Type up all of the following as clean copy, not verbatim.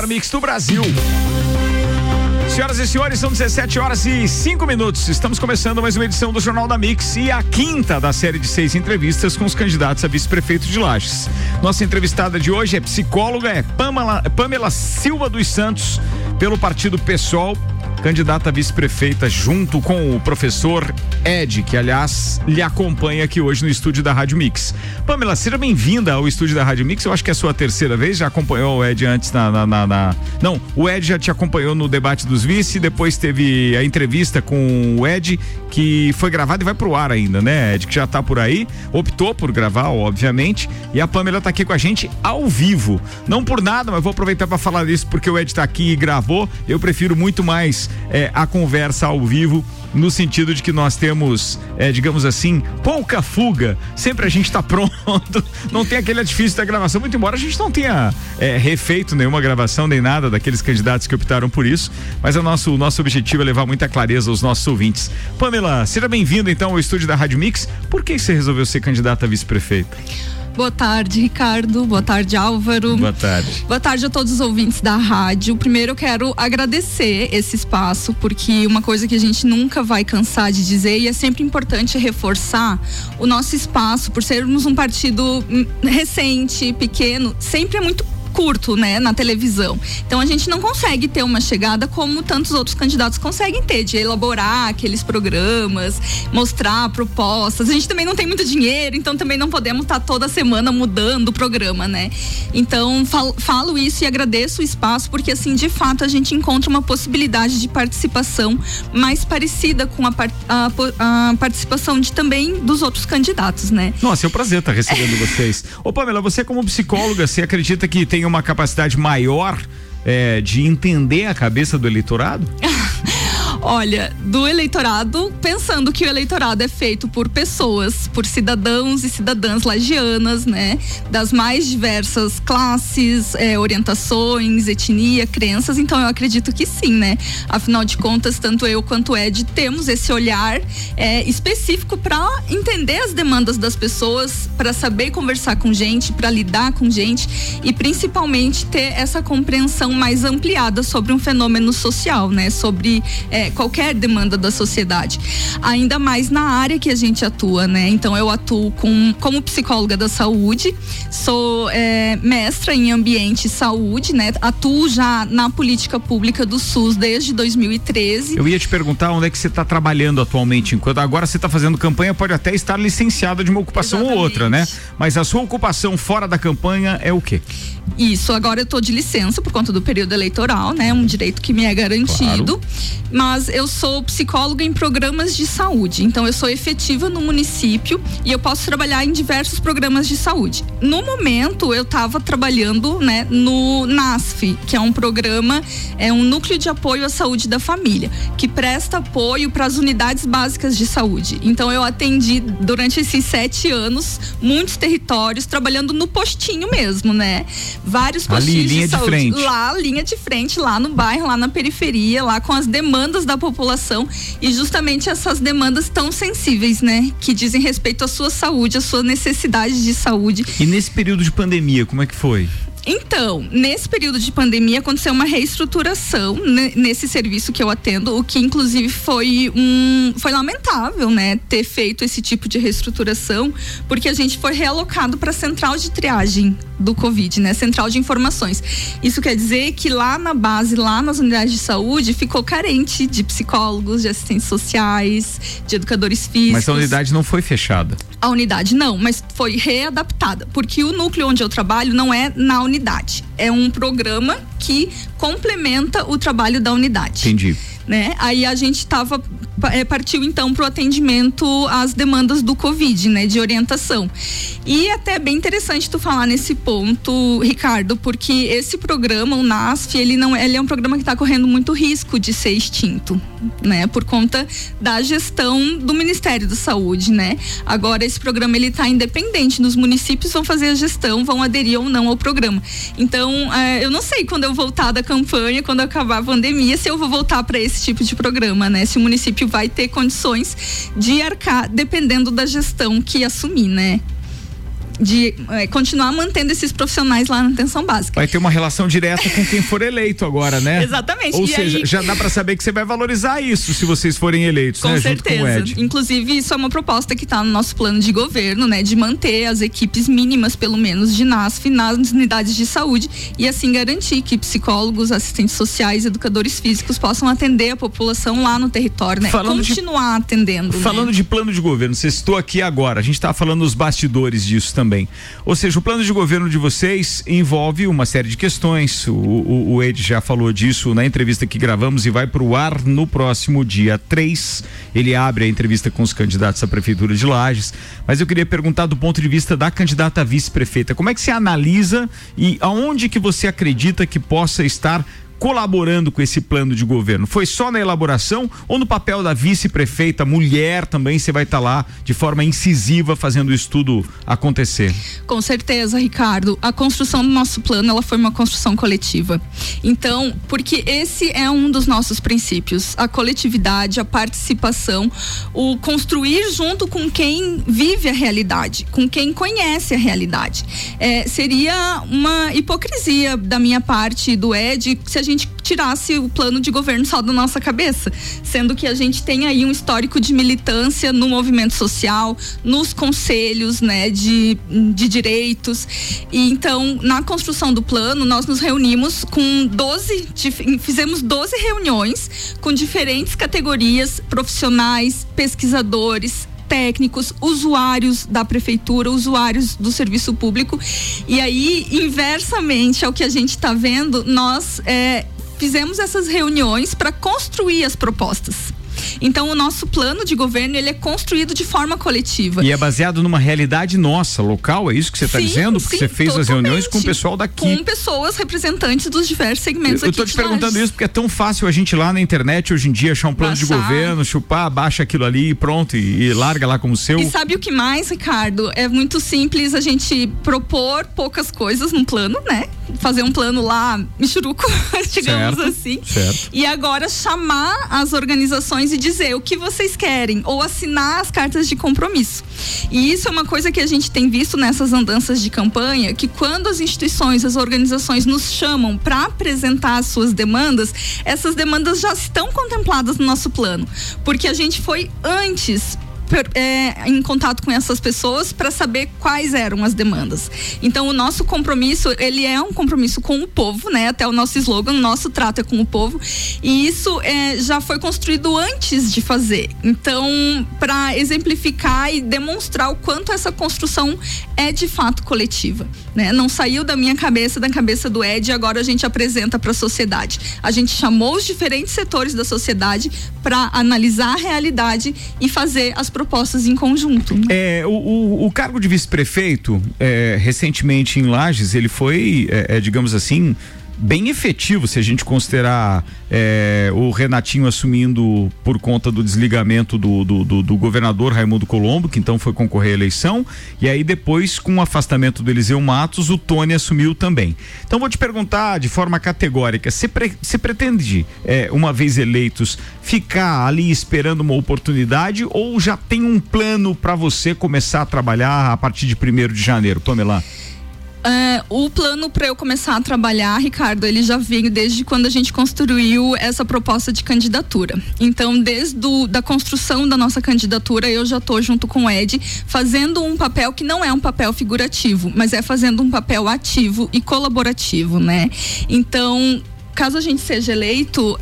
melhor mix do Brasil. Senhoras e senhores, são 17h05. Estamos começando mais uma edição do Jornal da Mix e a quinta da série de 6 entrevistas com os candidatos a vice-prefeito de Lages. Nossa entrevistada de hoje é psicóloga, Pamela Silva dos Santos, pelo partido PSOL, candidata a vice-prefeita junto com o professor Ed, que aliás lhe acompanha aqui hoje no estúdio da Rádio Mix. Pamela, seja bem-vinda ao estúdio da Rádio Mix. Eu acho que é a sua terceira vez, já acompanhou o Ed antes Não, o Ed já te acompanhou no debate dos vice, depois teve a entrevista com o Ed, que foi gravada e vai pro ar ainda, né, Ed, que já tá por aí, optou por gravar, obviamente, e a Pamela tá aqui com a gente ao vivo. Não por nada, mas vou aproveitar para falar disso porque o Ed tá aqui e gravou. Eu prefiro muito mais a conversa ao vivo, no sentido de que nós temos, digamos assim, pouca fuga. Sempre a gente tá pronto, não tem aquele artifício da gravação, muito embora a gente não tenha refeito nenhuma gravação nem nada daqueles candidatos que optaram por isso, mas o nosso objetivo é levar muita clareza aos nossos ouvintes. Pamela, seja bem-vinda então ao estúdio da Rádio Mix. Por que você resolveu ser candidata a vice-prefeita? Boa tarde, Ricardo. Boa tarde, Álvaro. Boa tarde. Boa tarde a todos os ouvintes da rádio. Primeiro eu quero agradecer esse espaço, porque uma coisa que a gente nunca vai cansar de dizer, e é sempre importante reforçar, o nosso espaço, por sermos um partido recente, pequeno, sempre é muito curto, né, na televisão. Então a gente não consegue ter uma chegada como tantos outros candidatos conseguem ter, de elaborar aqueles programas, mostrar propostas. A gente também não tem muito dinheiro, então também não podemos estar toda semana mudando o programa, né? Então falo isso e agradeço o espaço, porque assim, de fato, a gente encontra uma possibilidade de participação mais parecida com a participação também dos outros candidatos, né? Nossa, é um prazer estar recebendo vocês. Ô Pamela, você como psicóloga, você acredita que tem uma capacidade maior de entender a cabeça do eleitorado? Olha, do eleitorado, pensando que o eleitorado é feito por pessoas, por cidadãos e cidadãs lagianas, né? Das mais diversas classes, orientações, etnia, crenças, então eu acredito que sim, né? Afinal de contas, tanto eu quanto o Ed temos esse olhar específico para entender as demandas das pessoas, para saber conversar com gente, para lidar com gente e principalmente ter essa compreensão mais ampliada sobre um fenômeno social, né? Sobre qualquer demanda da sociedade, ainda mais na área que a gente atua, né? Então eu atuo como psicóloga da saúde, sou mestra em ambiente e saúde, né? Atuo já na política pública do SUS desde 2013. Eu ia te perguntar onde é que você está trabalhando atualmente, enquanto agora você está fazendo campanha, pode até estar licenciada de uma ocupação ou outra, né? Mas a sua ocupação fora da campanha é o quê? Isso, agora eu tô de licença por conta do período eleitoral, né? Um direito que me é garantido, claro. Mas eu sou psicóloga em programas de saúde, então eu sou efetiva no município e eu posso trabalhar em diversos programas de saúde. No momento eu tava trabalhando, né, no NASF, que é um programa, um núcleo de apoio à saúde da família, que presta apoio para as unidades básicas de saúde. Então eu atendi durante esses 7 anos muitos territórios, trabalhando no postinho mesmo, né? Vários postinhos de saúde, linha de frente, lá no bairro, lá na periferia, lá com as demandas da população e justamente essas demandas tão sensíveis, né? Que dizem respeito à sua saúde, à sua necessidade de saúde. E nesse período de pandemia, como é que foi? Então, nesse período de pandemia aconteceu uma reestruturação nesse serviço que eu atendo, o que inclusive foi lamentável, né, ter feito esse tipo de reestruturação, porque a gente foi realocado para a central de triagem do Covid, né, central de informações. Isso quer dizer que lá na base, lá nas unidades de saúde, ficou carente de psicólogos, de assistentes sociais, de educadores físicos. Mas a unidade não foi fechada? A unidade não, mas foi readaptada, porque o núcleo onde eu trabalho não é na unidade, é um programa que complementa o trabalho da unidade. Entendi. Né? Aí a gente partiu então para o atendimento às demandas do Covid, né? De orientação. E até bem interessante tu falar nesse ponto, Ricardo, porque esse programa, o NASF, ele é um programa que está correndo muito risco de ser extinto, né? Por conta da gestão do Ministério da Saúde, né? Agora esse programa ele está independente, nos municípios vão fazer a gestão, vão aderir ou não ao programa. Então, eu não sei quando eu voltar da campanha, quando acabar a pandemia, se eu vou voltar para esse tipo de programa, né? Se o município vai ter condições de arcar dependendo da gestão que assumir, né? continuar mantendo esses profissionais lá na atenção básica. Vai ter uma relação direta com quem for eleito agora, né? Exatamente. Ou seja, já dá para saber que você vai valorizar isso se vocês forem eleitos, com né? certeza. Junto com o Ed. Inclusive, isso é uma proposta que está no nosso plano de governo, né? De manter as equipes mínimas, pelo menos, de NASF nas unidades de saúde e assim garantir que psicólogos, assistentes sociais, educadores físicos possam atender a população lá no território, né? Continuar atendendo. Falando de plano de governo, você citou aqui agora, a gente tá falando nos bastidores disso também. Ou seja, o plano de governo de vocês envolve uma série de questões. O Ed já falou disso na entrevista que gravamos e vai pro ar no próximo dia 3. Ele abre a entrevista com os candidatos à Prefeitura de Lages. Mas eu queria perguntar do ponto de vista da candidata a vice-prefeita, como é que você analisa e aonde que você acredita que possa estar colaborando com esse plano de governo? Foi só na elaboração ou no papel da vice-prefeita, mulher também, você vai estar lá de forma incisiva fazendo o estudo acontecer? Com certeza, Ricardo. A construção do nosso plano, ela foi uma construção coletiva. Então, porque esse é um dos nossos princípios, a coletividade, a participação, o construir junto com quem vive a realidade, com quem conhece a realidade. Seria uma hipocrisia da minha parte e do Ed se a gente tirasse o plano de governo só da nossa cabeça, sendo que a gente tem aí um histórico de militância no movimento social, nos conselhos, né, de direitos. E então, na construção do plano, nós nos reunimos com fizemos 12 reuniões com diferentes categorias, profissionais, pesquisadores, técnicos, usuários da prefeitura, usuários do serviço público. E aí, inversamente ao que a gente está vendo, nós fizemos essas reuniões para construir as propostas. Então, o nosso plano de governo, ele é construído de forma coletiva. E é baseado numa realidade nossa, local, é isso que você está dizendo? Porque você fez as reuniões com o pessoal daqui. Com pessoas representantes dos diversos segmentos aqui. Eu estou te perguntando isso porque é tão fácil a gente ir lá na internet hoje em dia achar um plano de governo, chupar, baixa aquilo ali e pronto, e larga lá como seu. E sabe o que mais, Ricardo? É muito simples a gente propor poucas coisas num plano, né? Fazer um plano lá, michuruco, digamos assim. Certo. E agora chamar as organizações e dizer o que vocês querem, ou assinar as cartas de compromisso. E isso é uma coisa que a gente tem visto nessas andanças de campanha, que quando as instituições, as organizações nos chamam para apresentar as suas demandas, essas demandas já estão contempladas no nosso plano, porque a gente foi antes em contato com essas pessoas para saber quais eram as demandas. Então, o nosso compromisso, ele é um compromisso com o povo, né? Até o nosso slogan, nosso trato é com o povo, e isso já foi construído antes de fazer. Então, para exemplificar e demonstrar o quanto essa construção é de fato coletiva, né? Não saiu da minha cabeça, da cabeça do Ed, e agora a gente apresenta para a sociedade. A gente chamou os diferentes setores da sociedade para analisar a realidade e fazer as propostas em conjunto. O cargo de vice-prefeito, recentemente em Lages, ele foi, digamos assim, bem efetivo, se a gente considerar o Renatinho assumindo por conta do desligamento do governador Raimundo Colombo, que então foi concorrer à eleição, e aí depois, com o afastamento do Eliseu Matos, o Tony assumiu também. Então vou te perguntar de forma categórica, você pretende, uma vez eleitos, ficar ali esperando uma oportunidade, ou já tem um plano para você começar a trabalhar a partir de 1º de janeiro? Pamela? O plano para eu começar a trabalhar, Ricardo, ele já veio desde quando a gente construiu essa proposta de candidatura. Então, desde da construção da nossa candidatura, eu já estou junto com o Ed, fazendo um papel que não é um papel figurativo, mas é fazendo um papel ativo e colaborativo, né? Então, caso a gente seja eleito,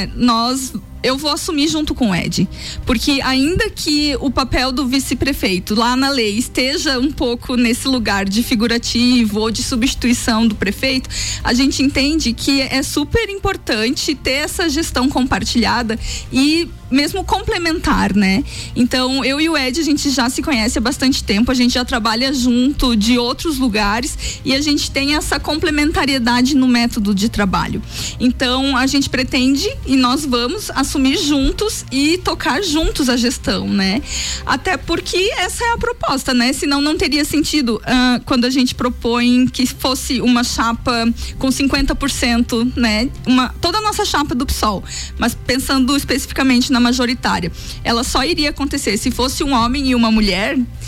eu vou assumir junto com o Ed, porque ainda que o papel do vice-prefeito lá na lei esteja um pouco nesse lugar de figurativo ou de substituição do prefeito, a gente entende que é super importante ter essa gestão compartilhada e mesmo complementar, né? Então, eu e o Ed, a gente já se conhece há bastante tempo, a gente já trabalha junto de outros lugares e a gente tem essa complementariedade no método de trabalho. Então, a gente pretende e nós vamos assumir juntos e tocar juntos a gestão, né? Até porque essa é a proposta, né? Senão não teria sentido quando a gente propõe que fosse uma chapa com 50%, né? Toda a nossa chapa do PSOL, mas pensando especificamente na majoritária, ela só iria acontecer se fosse um homem e uma mulher.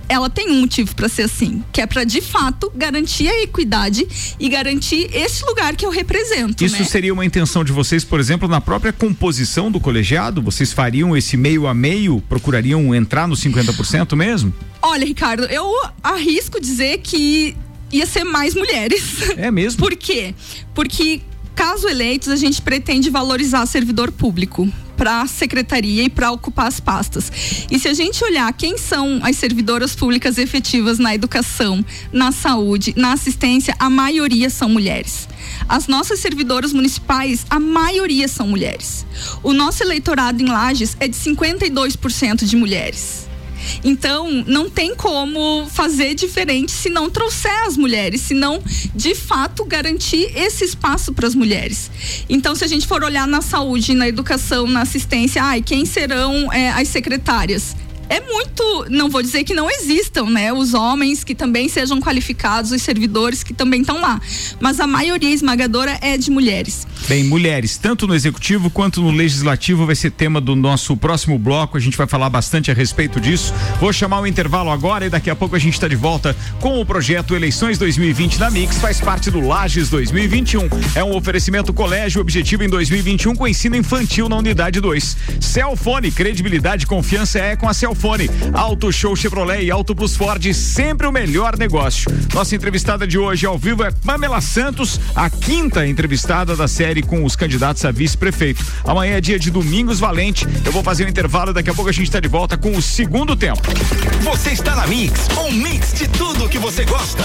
ela tem um motivo para ser assim, que é para de fato garantir a equidade e garantir esse lugar que eu represento. Isso seria uma intenção de vocês, por exemplo, na própria composição do colegiado? Vocês fariam esse meio a meio? Procurariam entrar no 50% mesmo? Olha, Ricardo, eu arrisco dizer que ia ser mais mulheres. É mesmo? Por quê? Porque, caso eleitos, a gente pretende valorizar servidor público para a secretaria e para ocupar as pastas. E se a gente olhar quem são as servidoras públicas efetivas na educação, na saúde, na assistência, a maioria são mulheres. As nossas servidoras municipais, a maioria são mulheres. O nosso eleitorado em Lages é de 52% de mulheres. Então, não tem como fazer diferente se não trouxer as mulheres, se não, de fato, garantir esse espaço para as mulheres. Então, se a gente for olhar na saúde, na educação, na assistência, quem serão as secretárias? É muito, não vou dizer que não existam, né? Os homens que também sejam qualificados, os servidores que também estão lá. Mas a maioria esmagadora é de mulheres. Bem, mulheres, tanto no executivo quanto no legislativo, vai ser tema do nosso próximo bloco. A gente vai falar bastante a respeito disso. Vou chamar o intervalo agora e daqui a pouco a gente está de volta com o projeto Eleições 2020 da Mix. Faz parte do Lages 2021. É um oferecimento Colégio Objetivo em 2021 com ensino infantil na unidade 2. Celfone, credibilidade e confiança é com a Celfone. Auto Show Chevrolet e Auto Plus Ford, sempre o melhor negócio. Nossa entrevistada de hoje ao vivo é Pamela Santos, a 5ª entrevistada da série com os candidatos a vice-prefeito. Amanhã é dia de Domingos Valente. Eu vou fazer um intervalo e daqui a pouco a gente está de volta com o segundo tempo. Você está na Mix, um mix de tudo que você gosta.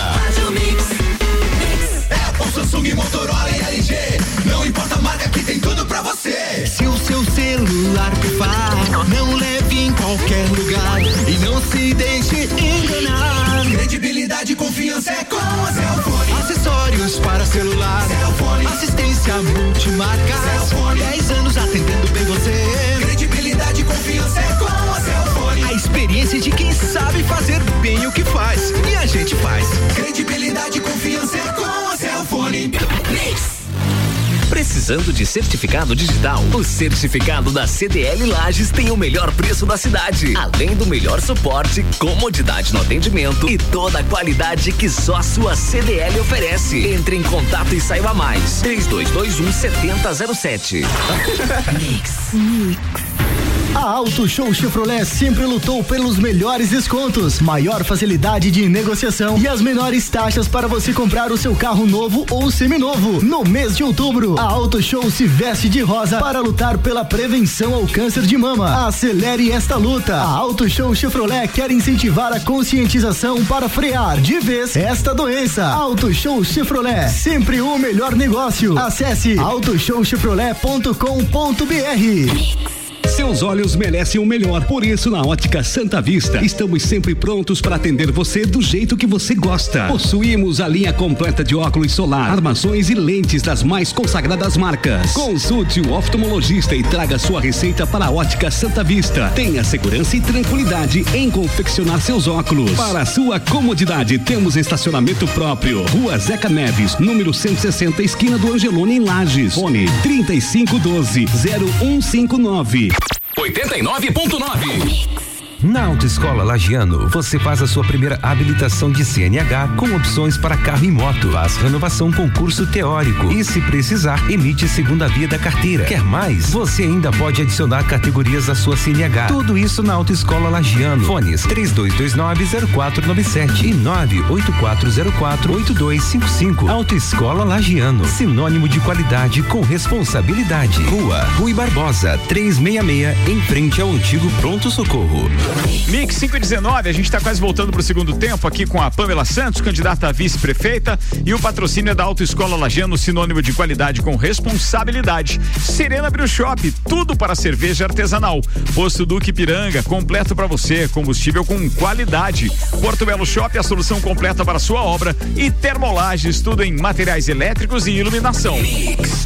Apple, Samsung, Motorola e LG. Não importa a marca, que tem tudo pra você. Se o seu celular pifar, não leve em qualquer lugar e não se deixe enganar. Credibilidade e confiança é com a Celfone. Acessórios para celular, Celfone. Assistência multimarca, Celfone. 10 anos atendendo bem você. Credibilidade e confiança é com a Celfone. A experiência de quem sabe fazer bem o que faz. E a gente faz. Credibilidade e confiança é com a Celfone. Precisando de certificado digital? O certificado da CDL Lages tem o melhor preço da cidade, além do melhor suporte, comodidade no atendimento e toda a qualidade que só a sua CDL oferece. Entre em contato e saiba mais. 3221-7007. A Auto Show Chevrolet sempre lutou pelos melhores descontos, maior facilidade de negociação e as menores taxas para você comprar o seu carro novo ou seminovo. No mês de outubro, a Auto Show se veste de rosa para lutar pela prevenção ao câncer de mama. Acelere esta luta. A Auto Show Chevrolet quer incentivar a conscientização para frear de vez esta doença. Auto Show Chevrolet, sempre o melhor negócio. Acesse autoshowchevrolet.com.br. Seus olhos merecem o melhor, por isso na Ótica Santa Vista estamos sempre prontos para atender você do jeito que você gosta. Possuímos a linha completa de óculos solar, armações e lentes das mais consagradas marcas. Consulte o oftalmologista e traga sua receita para a Ótica Santa Vista. Tenha segurança e tranquilidade em confeccionar seus óculos. Para a sua comodidade, temos estacionamento próprio. Rua Zeca Neves, número 160, esquina do Angelone, em Lages. Fone 3512-0159. 89.9. Na Autoescola Lagiano, você faz a sua primeira habilitação de CNH com opções para carro e moto. Faz renovação com curso teórico e, se precisar, emite segunda via da carteira. Quer mais? Você ainda pode adicionar categorias à sua CNH. Tudo isso na Autoescola Lagiano. Fones 3229-0497 e 98404-8255. Autoescola Lagiano, sinônimo de qualidade com responsabilidade. Rua Rui Barbosa, 366, em frente ao antigo Pronto Socorro. Mix 519, a gente está quase voltando para o segundo tempo aqui com a Pamela Santos, candidata a vice-prefeita, e o patrocínio é da Autoescola Lagiano, sinônimo de qualidade com responsabilidade. Serena Brew Shop, tudo para cerveja artesanal. Posto Duque Ipiranga, completo para você, combustível com qualidade. Porto Belo Shop, a solução completa para sua obra. E Termolages, tudo em materiais elétricos e iluminação. Mix.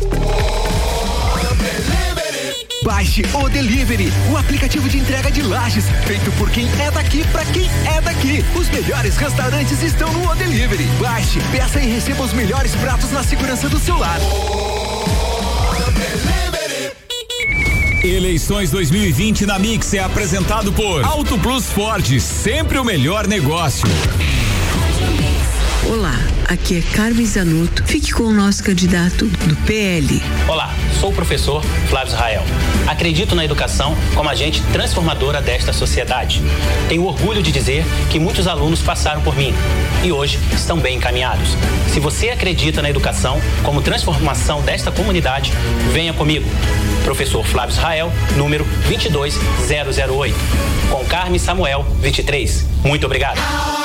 Baixe o Delivery, o aplicativo de entrega de Lages, feito por quem é daqui pra quem é daqui. Os melhores restaurantes estão no O Delivery. Baixe, peça e receba os melhores pratos na segurança do seu lar. Eleições 2020 na Mix é apresentado por Auto Plus Ford, sempre o melhor negócio. Olá, aqui é Carmen Zanotto. Fique com o nosso candidato do PL. Olá, sou o professor Flávio Israel. Acredito na educação como agente transformadora desta sociedade. Tenho orgulho de dizer que muitos alunos passaram por mim e hoje estão bem encaminhados. Se você acredita na educação como transformação desta comunidade, venha comigo. Professor Flávio Israel, número 22008. Com Carmen Samuel, 23. Muito obrigado.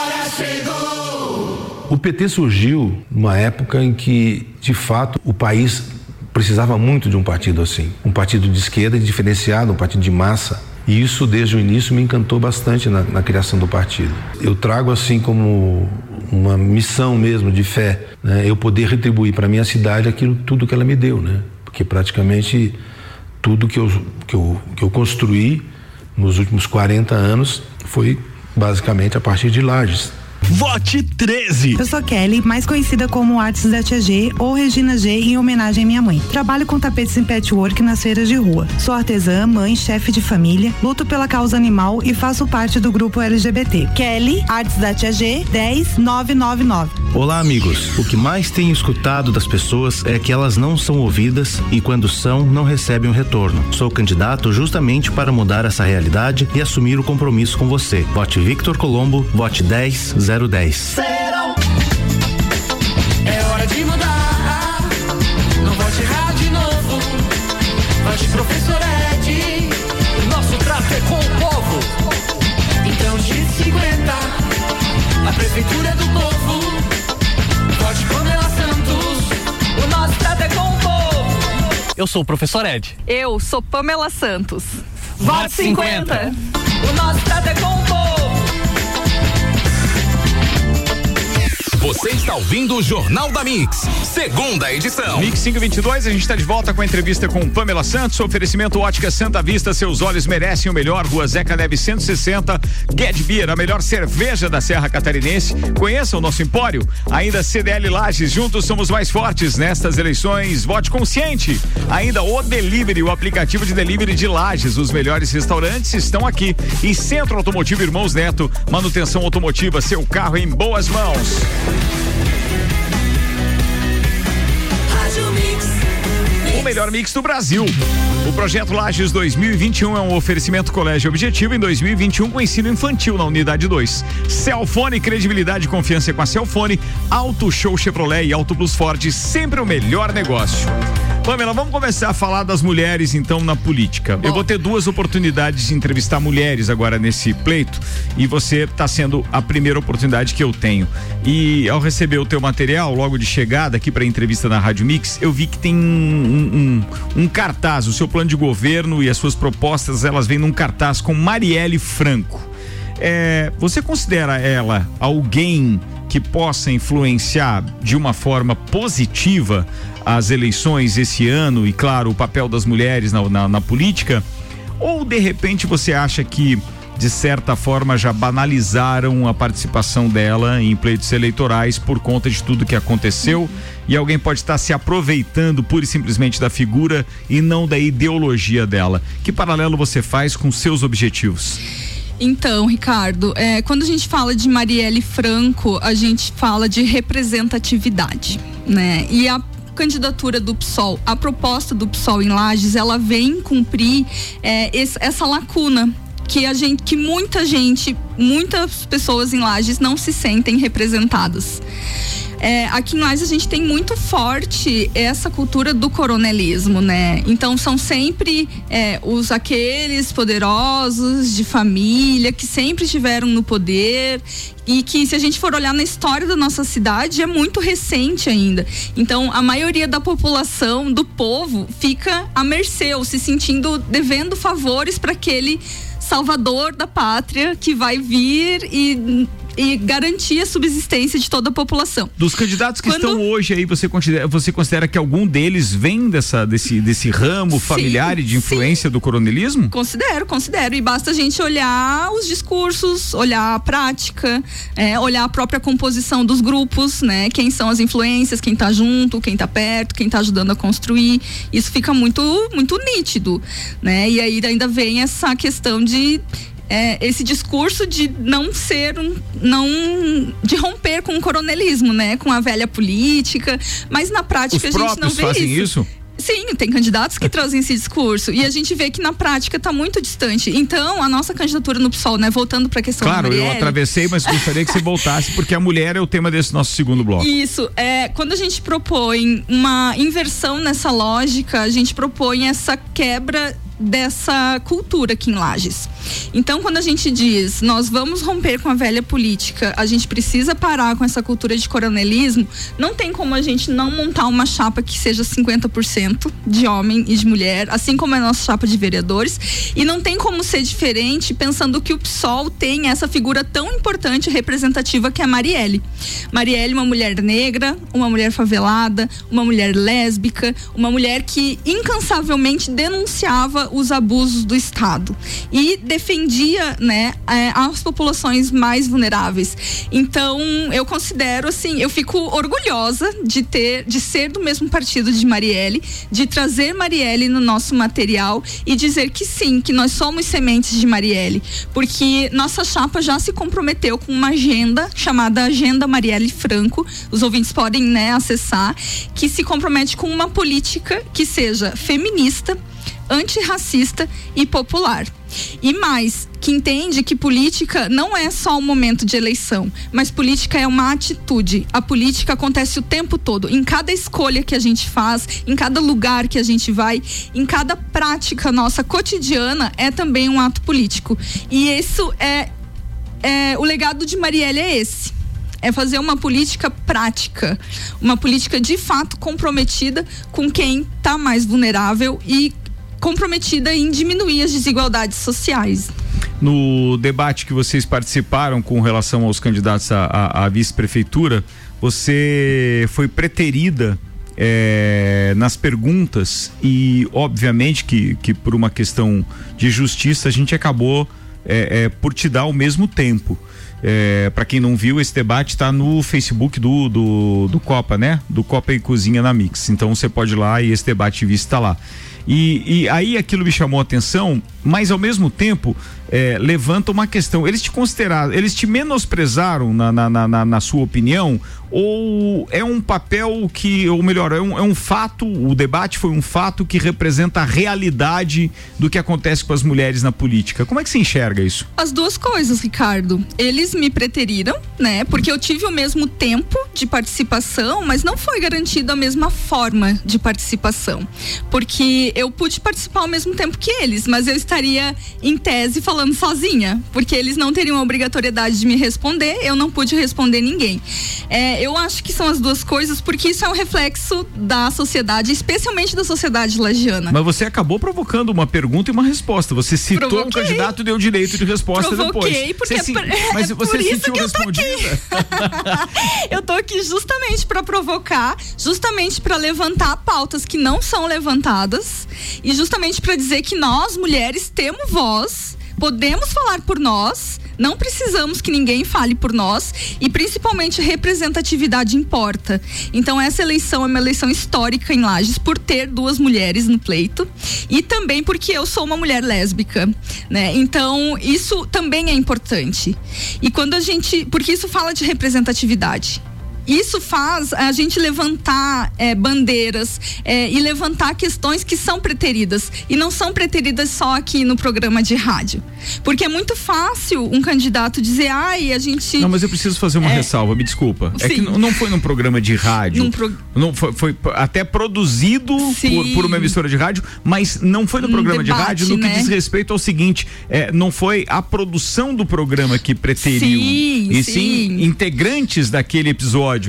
O PT surgiu numa época em que, de fato, o país precisava muito de um partido assim. Um partido de esquerda diferenciado, um partido de massa. E isso, desde o início, me encantou bastante na criação do partido. Eu trago assim como uma missão mesmo de fé, né? Eu poder retribuir para a minha cidade tudo que ela me deu, né? Porque praticamente tudo que eu construí nos últimos 40 anos foi basicamente a partir de Lages. Vote 13. Eu sou Kelly, mais conhecida como Artes da Tia G ou Regina G, em homenagem à minha mãe. Trabalho com tapetes em patchwork nas feiras de rua. Sou artesã, mãe, chefe de família, luto pela causa animal e faço parte do grupo LGBT. Kelly, Artes da Tia G, 10999. Olá, amigos. O que mais tenho escutado das pessoas é que elas não são ouvidas e, quando são, não recebem um retorno. Sou candidato justamente para mudar essa realidade e assumir o compromisso com você. Vote Victor Colombo, vote 10010. É hora de mudar. Não vote errar de novo. Vote professor Ed. Nosso trato é com o povo. Então G50. A prefeitura do povo. Vote Pamela Santos. O nosso trato é com o povo. Eu sou o professor Ed. Eu sou Pamela Santos. Vote 50. O nosso trato é com o povo. Você está ouvindo o Jornal da Mix, segunda edição. Mix 522, a gente está de volta com a entrevista com Pamela Santos, oferecimento Ótica Santa Vista, seus olhos merecem o melhor, Rua Zeca Neves 160, Get Beer, a melhor cerveja da Serra Catarinense. Conheça o nosso empório, ainda CDL Lages, juntos somos mais fortes nestas eleições, vote consciente. Ainda o Delivery, o aplicativo de delivery de Lages, os melhores restaurantes estão aqui. E Centro Automotivo Irmãos Neto, manutenção automotiva, seu carro em boas mãos. O melhor mix do Brasil. O projeto Lages 2021 é um oferecimento Colégio Objetivo em 2021 com ensino infantil na unidade 2. Celfone, credibilidade e confiança com a Celfone. Auto Show Chevrolet e Auto Plus Ford, sempre o melhor negócio. Pamela, vamos começar a falar das mulheres então na política. Bom, eu vou ter duas oportunidades de entrevistar mulheres agora nesse pleito e você está sendo a primeira oportunidade que eu tenho. E ao receber o teu material, logo de chegada aqui para a entrevista na Rádio Mix, eu vi que tem um cartaz, o seu plano de governo e as suas propostas, elas vêm num cartaz com Marielle Franco. Você considera ela alguém que possa influenciar de uma forma positiva as eleições esse ano e, claro, o papel das mulheres na política? Ou, de repente, você acha que, de certa forma, já banalizaram a participação dela em pleitos eleitorais por conta de tudo que aconteceu e alguém pode estar se aproveitando pura e simplesmente da figura e não da ideologia dela? Que paralelo você faz com seus objetivos? Então, Ricardo, quando a gente fala de Marielle Franco, a gente fala de representatividade, né? E a candidatura do PSOL, a proposta do PSOL em Lages, ela vem cumprir essa lacuna que muitas pessoas em Lages não se sentem representadas. Aqui em Lages a gente tem muito forte essa cultura do coronelismo, né? Então são sempre aqueles poderosos de família que sempre estiveram no poder e que, se a gente for olhar na história da nossa cidade, é muito recente ainda. Então a maioria da população, do povo, fica à mercê ou se sentindo devendo favores para aquele salvador da pátria que vai vir e e garantir a subsistência de toda a população. Dos candidatos que estão hoje aí, você considera que algum deles vem desse ramo familiar e de influência do coronelismo? Considero. E basta a gente olhar os discursos, olhar a prática, olhar a própria composição dos grupos, né? Quem são as influências, quem tá junto, quem tá perto, quem tá ajudando a construir. Isso fica muito, muito nítido, né? E aí ainda vem essa questão de esse discurso de de romper com o coronelismo, né? Com a velha política, mas na prática a gente não vê fazem isso. Sim, tem candidatos que trazem esse discurso e a gente vê que na prática está muito distante. Então, a nossa candidatura no PSOL, né? Voltando para a questão da Marielle. Claro, eu atravessei, mas gostaria que você voltasse, porque a mulher é o tema desse nosso segundo bloco. Isso, quando a gente propõe uma inversão nessa lógica, a gente propõe essa quebra dessa cultura aqui em Lages. Então, quando a gente diz, nós vamos romper com a velha política, a gente precisa parar com essa cultura de coronelismo, não tem como a gente não montar uma chapa que seja 50% de homem e de mulher, assim como é a nossa chapa de vereadores, e não tem como ser diferente pensando que o PSOL tem essa figura tão importante e representativa que é a Marielle. Marielle, uma mulher negra, uma mulher favelada, uma mulher lésbica, uma mulher que incansavelmente denunciava os abusos do Estado e defendia, né, as populações mais vulneráveis. Então, eu considero assim, eu fico orgulhosa de ser do mesmo partido de Marielle, de trazer Marielle no nosso material e dizer que sim, que nós somos sementes de Marielle, porque nossa chapa já se comprometeu com uma agenda chamada Agenda Marielle Franco, os ouvintes podem, né, acessar, que se compromete com uma política que seja feminista, antirracista e popular. E mais, que entende que política não é só um momento de eleição, mas política é uma atitude. A política acontece o tempo todo, em cada escolha que a gente faz, em cada lugar que a gente vai, em cada prática nossa cotidiana é também um ato político. E isso o legado de Marielle é esse. É fazer uma política prática, uma política de fato comprometida com quem está mais vulnerável e comprometida em diminuir as desigualdades sociais. No debate que vocês participaram com relação aos candidatos à vice-prefeitura, você foi preterida nas perguntas e obviamente que por uma questão de justiça a gente acabou por te dar o mesmo tempo. Para quem não viu, esse debate está no Facebook do Copa, né? Do Copa e Cozinha na Mix. Então você pode ir lá e esse debate vice está lá. E aí aquilo me chamou a atenção, mas ao mesmo tempo levanta uma questão. Eles te consideraram, eles te menosprezaram na sua opinião, ou é um papel que, ou melhor, é um fato, o debate foi um fato que representa a realidade do que acontece com as mulheres na política? Como é que você enxerga isso? As duas coisas, Ricardo. Eles me preteriram, né? Porque eu tive o mesmo tempo de participação, mas não foi garantido a mesma forma de participação. Porque eu pude participar ao mesmo tempo que eles, mas eu estaria em tese falando sozinha, porque eles não teriam a obrigatoriedade de me responder, eu não pude responder ninguém. Eu acho que são as duas coisas, porque isso é um reflexo da sociedade, especialmente da sociedade lagiana. Mas você acabou provocando uma pergunta e uma resposta. Você citou um candidato e deu direito de resposta depois. Porque mas você se sentiu respondida? Eu tô aqui justamente para provocar, justamente para levantar pautas que não são levantadas e justamente para dizer que nós, mulheres, temos voz, podemos falar por nós, não precisamos que ninguém fale por nós e principalmente representatividade importa. Então essa eleição é uma eleição histórica em Lages por ter duas mulheres no pleito e também porque eu sou uma mulher lésbica, né? Então isso também é importante. E quando porque isso fala de representatividade. Isso faz a gente levantar bandeiras e levantar questões que são preteridas e não são preteridas só aqui no programa de rádio, porque é muito fácil um candidato dizer, a gente... Não, mas eu preciso fazer uma ressalva, me desculpa. Sim. É que não foi num programa de rádio, não foi até produzido por uma emissora de rádio, mas não foi no programa de rádio no que diz respeito ao seguinte, não foi a produção do programa que preteriu, sim integrantes daquele episódio.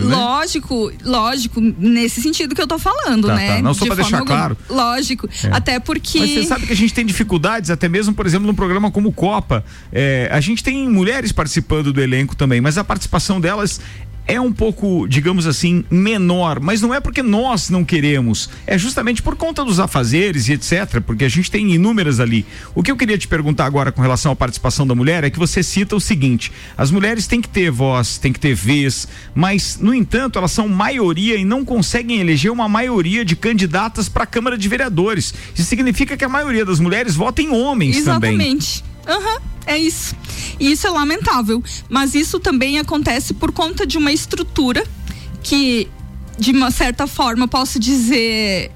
Lógico, nesse sentido que eu tô falando, né? Tá. Não, só pra deixar claro. Lógico, até porque... Mas você sabe que a gente tem dificuldades, até mesmo, por exemplo, num programa como último Copa, a gente tem mulheres participando do elenco também, mas a participação delas é um pouco, digamos assim, menor, mas não é porque nós não queremos, é justamente por conta dos afazeres e etc, porque a gente tem inúmeras ali. O que eu queria te perguntar agora com relação à participação da mulher é que você cita o seguinte: as mulheres têm que ter voz, têm que ter vez, mas, no entanto, elas são maioria e não conseguem eleger uma maioria de candidatas para a Câmara de Vereadores. Isso significa que a maioria das mulheres vota em homens também. Exatamente. É isso. E isso é lamentável. Mas isso também acontece por conta de uma estrutura que, de uma certa forma, posso dizer,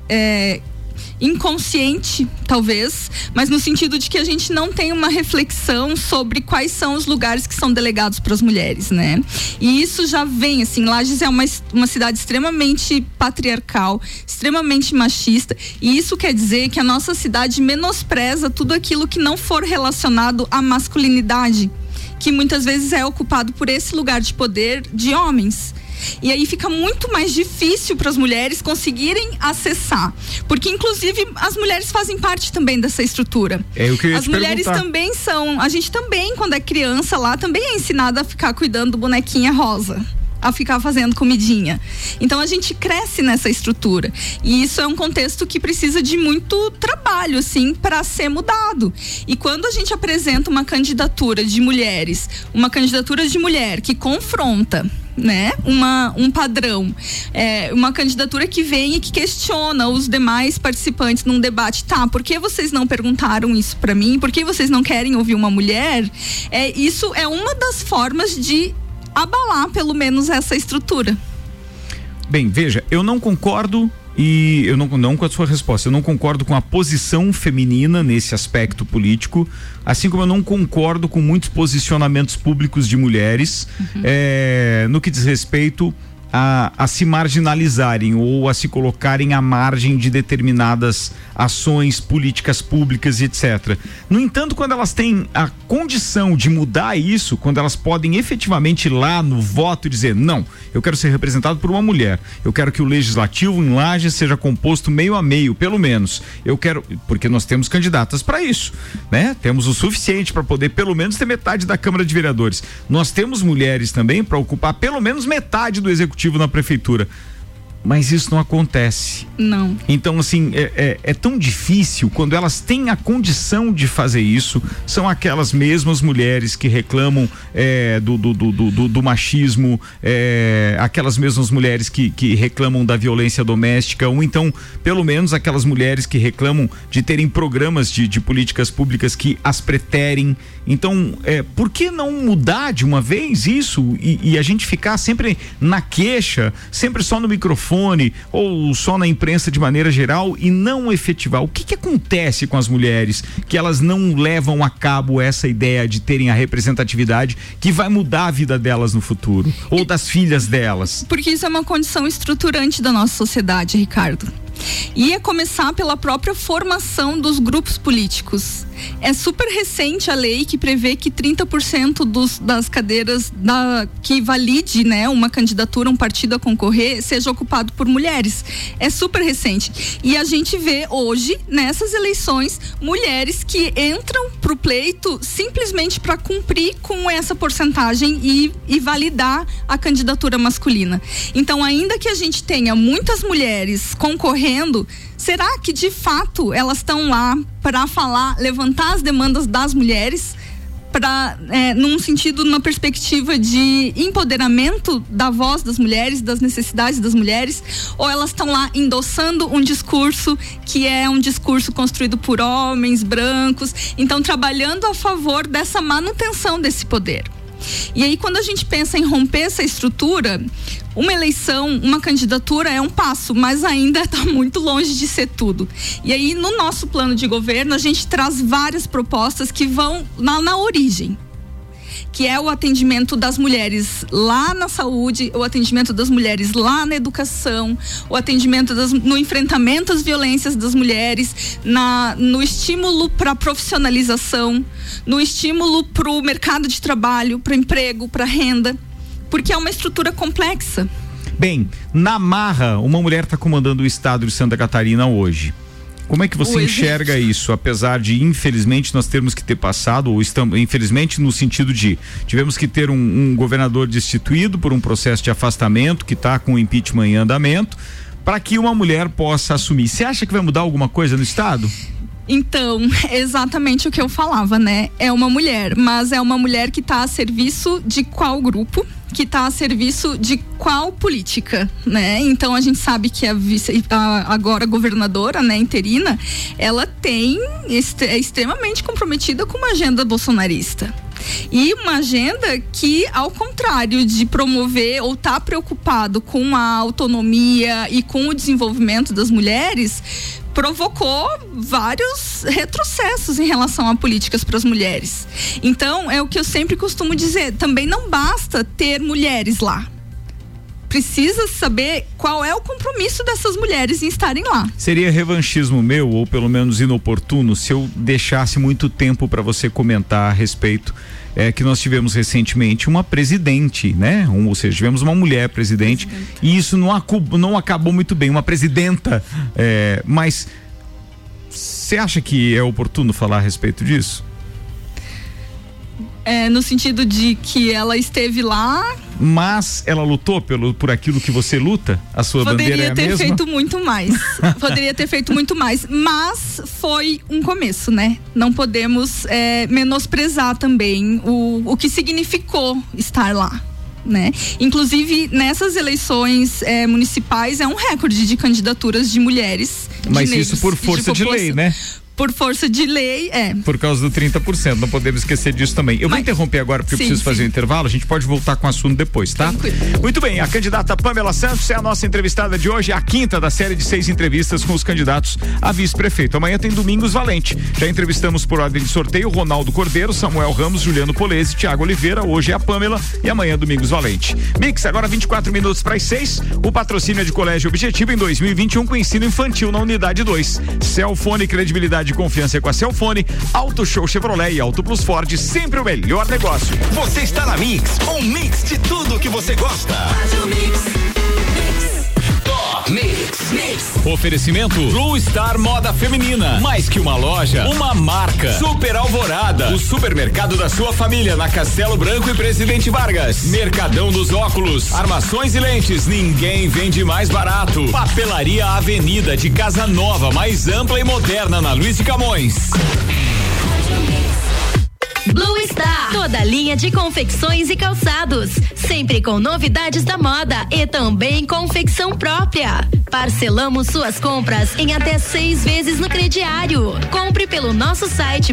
inconsciente, talvez, mas no sentido de que a gente não tem uma reflexão sobre quais são os lugares que são delegados para as mulheres, né? E isso já vem, assim, Lages é uma cidade extremamente patriarcal, extremamente machista, e isso quer dizer que a nossa cidade menospreza tudo aquilo que não for relacionado à masculinidade, que muitas vezes é ocupado por esse lugar de poder de homens. E aí fica muito mais difícil para as mulheres conseguirem acessar, porque inclusive as mulheres fazem parte também dessa estrutura. As mulheres também são, a gente também, quando é criança lá, também é ensinada a ficar cuidando do bonequinha rosa, a ficar fazendo comidinha. Então a gente cresce nessa estrutura, e isso é um contexto que precisa de muito trabalho, assim, para ser mudado. E quando a gente apresenta uma candidatura de mulheres, uma candidatura de mulher que confronta, né, um padrão, uma candidatura que vem e que questiona os demais participantes num debate, por que vocês não perguntaram isso pra mim? Por que vocês não querem ouvir uma mulher? Isso é uma das formas de abalar pelo menos essa estrutura. Bem, veja, eu não concordo, e eu não com a sua resposta, eu não concordo com a posição feminina nesse aspecto político, assim como eu não concordo com muitos posicionamentos públicos de mulheres, no que diz respeito a se marginalizarem ou a se colocarem à margem de determinadas ações, políticas públicas e etc. No entanto, quando elas têm a condição de mudar isso, quando elas podem efetivamente ir lá no voto e dizer: não, eu quero ser representado por uma mulher, eu quero que o legislativo em Lages seja composto meio a meio, pelo menos, eu quero, porque nós temos candidatas para isso, né? Temos o suficiente para poder pelo menos ter metade da Câmara de Vereadores. Nós temos mulheres também para ocupar pelo menos metade do executivo na prefeitura, mas isso não acontece. Não. Então, assim, é tão difícil. Quando elas têm a condição de fazer isso, são aquelas mesmas mulheres que reclamam do machismo, aquelas mesmas mulheres que reclamam da violência doméstica, ou então, pelo menos, aquelas mulheres que reclamam de terem programas de políticas públicas que as preterem. Então, por que não mudar de uma vez isso e a gente ficar sempre na queixa, sempre só no microfone ou só na imprensa de maneira geral e não efetivar? O que acontece com as mulheres que elas não levam a cabo essa ideia de terem a representatividade que vai mudar a vida delas no futuro, ou das filhas delas? Porque isso é uma condição estruturante da nossa sociedade, Ricardo. E é começar pela própria formação dos grupos políticos. É super recente a lei que prevê que 30% das cadeiras que valide, né, uma candidatura, um partido a concorrer, seja ocupado por mulheres. É super recente. E a gente vê hoje, nessas eleições, mulheres que entram pro pleito simplesmente para cumprir com essa porcentagem e validar a candidatura masculina. Então, ainda que a gente tenha muitas mulheres concorrendo, será que de fato elas estão lá para falar, levantar as demandas das mulheres, num sentido, numa perspectiva de empoderamento da voz das mulheres, das necessidades das mulheres, ou elas estão lá endossando um discurso que é um discurso construído por homens brancos, então trabalhando a favor dessa manutenção desse poder? E aí, quando a gente pensa em romper essa estrutura, uma eleição, uma candidatura é um passo, mas ainda está muito longe de ser tudo. E aí, no nosso plano de governo, a gente traz várias propostas que vão na origem, que é o atendimento das mulheres lá na saúde, o atendimento das mulheres lá na educação, o atendimento no enfrentamento às violências das mulheres, no estímulo para a profissionalização, no estímulo para o mercado de trabalho, para emprego, para renda, porque é uma estrutura complexa. Bem, na marra, uma mulher está comandando o estado de Santa Catarina hoje. Como é que você enxerga isso, apesar de infelizmente nós termos que ter passado, ou estamos, infelizmente no sentido de tivemos que ter um governador destituído por um processo de afastamento que está com o impeachment em andamento, para que uma mulher possa assumir. Você acha que vai mudar alguma coisa no estado? Então, exatamente o que eu falava, né? É uma mulher, mas é uma mulher que está a serviço de qual grupo? Que está a serviço de qual política, né? Então a gente sabe que agora governadora, né, interina, ela é extremamente comprometida com uma agenda bolsonarista. E uma agenda que, ao contrário de promover ou tá preocupado com a autonomia e com o desenvolvimento das mulheres, provocou vários retrocessos em relação a políticas para as mulheres. Então, é o que eu sempre costumo dizer, também não basta ter mulheres lá. Precisa saber qual é o compromisso dessas mulheres em estarem lá. Seria revanchismo meu, ou pelo menos inoportuno, se eu deixasse muito tempo para você comentar a respeito que nós tivemos recentemente uma presidente, né? Ou seja, tivemos uma mulher presidente e isso não acabou muito bem, uma presidenta, mas você acha que é oportuno falar a respeito disso? No sentido de que ela esteve lá, mas ela lutou por aquilo que você luta? A sua bandeira é a mesma? Poderia ter feito muito mais. Poderia ter feito muito mais. Mas foi um começo, né? Não podemos menosprezar também o que significou estar lá, né? Inclusive, nessas eleições municipais é um recorde de candidaturas de mulheres. Mas isso por força de lei, né? Por força de lei, Por causa do 30%, não podemos esquecer disso também. Eu vou interromper agora porque eu preciso fazer um intervalo, a gente pode voltar com o assunto depois, tá? Tranquilo. Muito bem, a candidata Pamela Santos é a nossa entrevistada de hoje, a quinta da série de 6 entrevistas com os candidatos a vice-prefeito. Amanhã tem Domingos Valente. Já entrevistamos por ordem de sorteio Ronaldo Cordeiro, Samuel Ramos, Juliano Polese, Thiago Oliveira, hoje é a Pamela e amanhã Domingos Valente. Mix, agora 24 minutos para as 6, o patrocínio é de Colégio Objetivo em 2021 com ensino infantil na unidade 2. Celfone, credibilidade de confiança com a Celfone, Auto Show Chevrolet e Auto Plus Ford, sempre o melhor negócio. Você está na Mix, um mix de tudo que você gosta. Mix. Oferecimento Blue Star Moda Feminina. Mais que uma loja, uma marca. Super Alvorada, o supermercado da sua família na Castelo Branco e Presidente Vargas. Mercadão dos Óculos, armações e lentes, ninguém vende mais barato. Papelaria Avenida de Casa Nova, mais ampla e moderna na Luiz de Camões. Blue Star, toda linha de confecções e calçados, sempre com novidades da moda e também confecção própria. Parcelamos suas compras em até 6 vezes no crediário. Compre pelo nosso site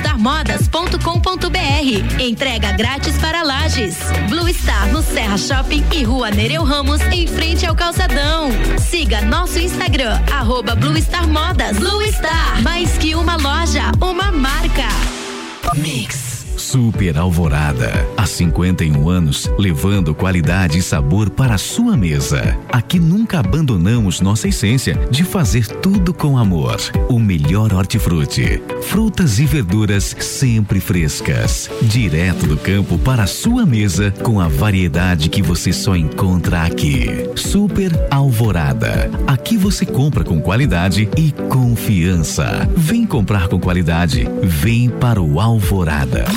bluestarmodas.com.br. Entrega grátis para Lages. Blue Star no Serra Shopping e Rua Nereu Ramos, em frente ao Calçadão. Siga nosso Instagram, @Blue Star Modas. Blue Star, mais que uma loja, uma marca. Mix. Super Alvorada, há 51 anos, levando qualidade e sabor para a sua mesa. Aqui nunca abandonamos nossa essência de fazer tudo com amor. O melhor hortifruti, frutas e verduras sempre frescas, direto do campo para a sua mesa, com a variedade que você só encontra aqui. Super Alvorada, aqui você compra com qualidade e confiança. Vem comprar com qualidade, vem para o Alvorada.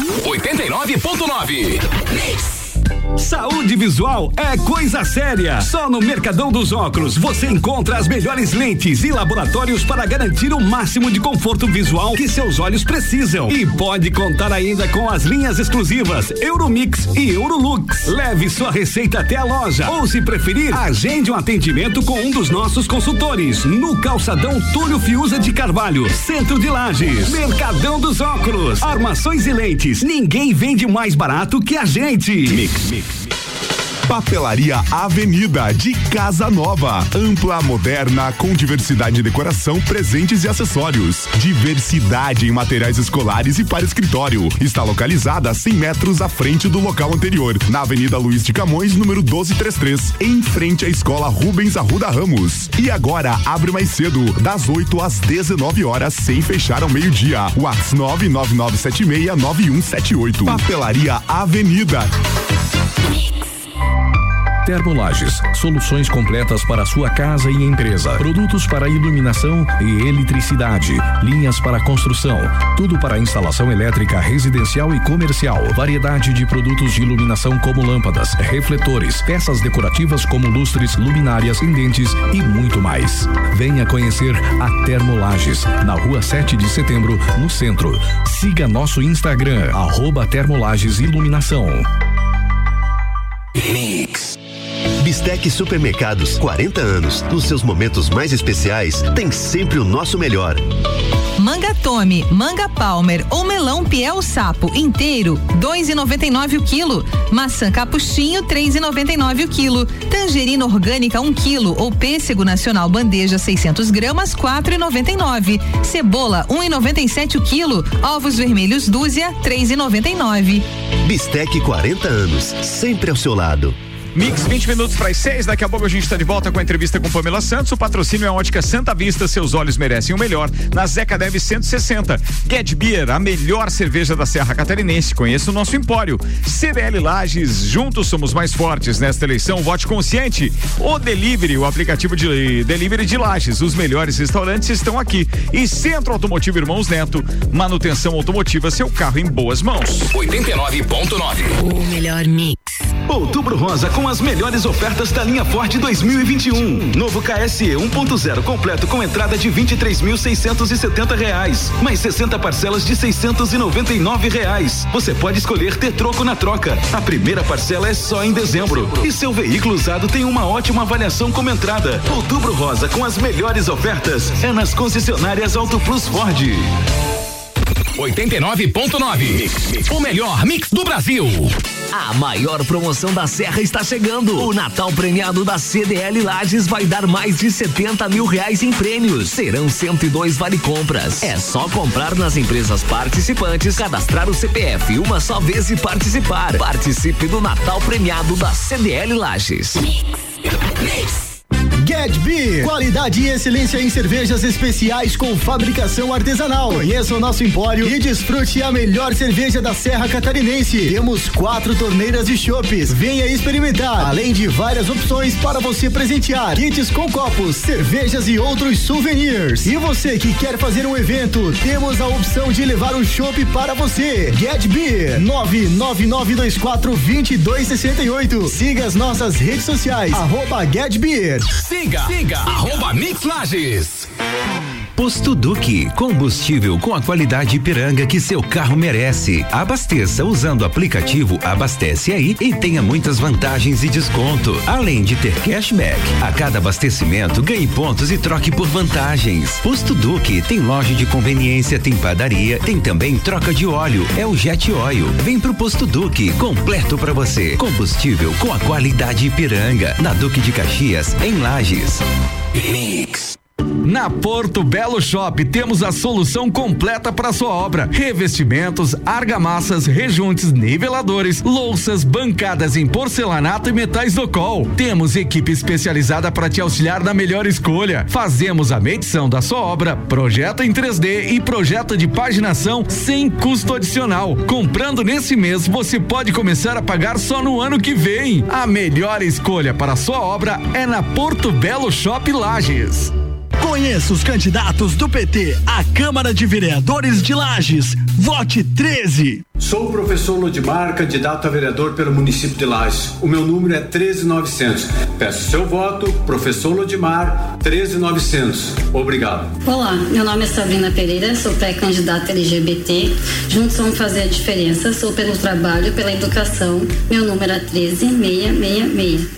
89.9. Saúde visual é coisa séria. Só no Mercadão dos Óculos você encontra as melhores lentes e laboratórios para garantir o máximo de conforto visual que seus olhos precisam. E pode contar ainda com as linhas exclusivas Euromix e Eurolux. Leve sua receita até a loja ou, se preferir, agende um atendimento com um dos nossos consultores no Calçadão Túlio Fiuza de Carvalho, centro de Lages. Mercadão dos Óculos, armações e lentes. Ninguém vende mais barato que a gente. Mix. Papelaria Avenida de Casa Nova, ampla, moderna, com diversidade de decoração, presentes e acessórios. Diversidade em materiais escolares e para escritório. Está localizada a 100 metros à frente do local anterior, na Avenida Luiz de Camões, número 1233, em frente à Escola Rubens Arruda Ramos. E agora abre mais cedo, das 8 às 19 horas, sem fechar ao meio-dia. WhatsApp 999769178. Papelaria Avenida. Termolages, soluções completas para sua casa e empresa. Produtos para iluminação e eletricidade, linhas para construção, tudo para instalação elétrica residencial e comercial. Variedade de produtos de iluminação como lâmpadas, refletores, peças decorativas como lustres, luminárias, pendentes e muito mais. Venha conhecer a Termolages, na rua 7 de setembro, no centro. Siga nosso Instagram, @Termolages Iluminação. Mix. Bistec Supermercados, 40 anos. Nos seus momentos mais especiais, tem sempre o nosso melhor. Manga Tome, manga Palmer ou melão Piel Sapo inteiro, 2,99 o quilo. Maçã Capuchinho, 3,99 o quilo. Tangerina orgânica 1 quilo ou pêssego nacional bandeja 600 gramas, 4,99. Cebola, 1,97 o quilo. Ovos vermelhos dúzia, 3,99. Bistec 40 anos, sempre ao seu lado. Mix, 20 minutos para as 6. Daqui a pouco a gente está de volta com a entrevista com Pamela Santos. O patrocínio é a Ótica Santa Vista. Seus olhos merecem o melhor. Na Zeca Deve 160. Get Beer, a melhor cerveja da Serra Catarinense. Conheça o nosso empório. CDL Lages, juntos somos mais fortes. Nesta eleição, vote consciente. O Delivery, o aplicativo de delivery de Lages. Os melhores restaurantes estão aqui. E Centro Automotivo Irmãos Neto. Manutenção automotiva, seu carro em boas mãos. 89.9. O melhor mix. Outubro Rosa com as melhores ofertas da linha Ford 2021. Novo KSE 1.0 completo com entrada de R$23.670, mais 60 parcelas de R$699. Você pode escolher ter troco na troca. A primeira parcela é só em dezembro. E seu veículo usado tem uma ótima avaliação como entrada. Outubro Rosa com as melhores ofertas é nas concessionárias Auto Plus Ford. 89.9. O melhor mix do Brasil. A maior promoção da Serra está chegando. O Natal premiado da CDL Lages vai dar mais de R$70 mil em prêmios. Serão 102 vale-compras. É só comprar nas empresas participantes, cadastrar o CPF uma só vez e participar. Participe do Natal premiado da CDL Lages. Get Beer, qualidade e excelência em cervejas especiais com fabricação artesanal. Conheça o nosso empório e desfrute a melhor cerveja da Serra Catarinense. Temos 4 torneiras de chopes. Venha experimentar, além de várias opções para você presentear. Kits com copos, cervejas e outros souvenirs. E você que quer fazer um evento, temos a opção de levar um chopp para você. Get Beer, 999242268. Siga as nossas redes sociais, @Get Beer. Siga @Mix Lages. Posto Duque, combustível com a qualidade Ipiranga que seu carro merece. Abasteça usando o aplicativo Abastece Aí e tenha muitas vantagens e desconto. Além de ter cashback, a cada abastecimento ganhe pontos e troque por vantagens. Posto Duque tem loja de conveniência, tem padaria, tem também troca de óleo, é o Jet Oil. Vem pro Posto Duque, completo pra você. Combustível com a qualidade Ipiranga, na Duque de Caxias, em Lages. Mix. Na Porto Belo Shop temos a solução completa para sua obra: revestimentos, argamassas, rejuntes, niveladores, louças, bancadas em porcelanato e metais Docol. Temos equipe especializada para te auxiliar na melhor escolha. Fazemos a medição da sua obra, projeto em 3D e projeto de paginação sem custo adicional. Comprando nesse mês, você pode começar a pagar só no ano que vem. A melhor escolha para a sua obra é na Porto Belo Shop Lages. Conheça os candidatos do PT à Câmara de Vereadores de Lages. Vote 13. Sou o professor Lodimar, candidato a vereador pelo município de Lages. O meu número é 13900. Peço seu voto, professor Lodimar, 13900. Obrigado. Olá, meu nome é Sabrina Pereira, sou pré-candidata LGBT. Juntos vamos fazer a diferença. Sou pelo trabalho, pela educação. Meu número é 13666.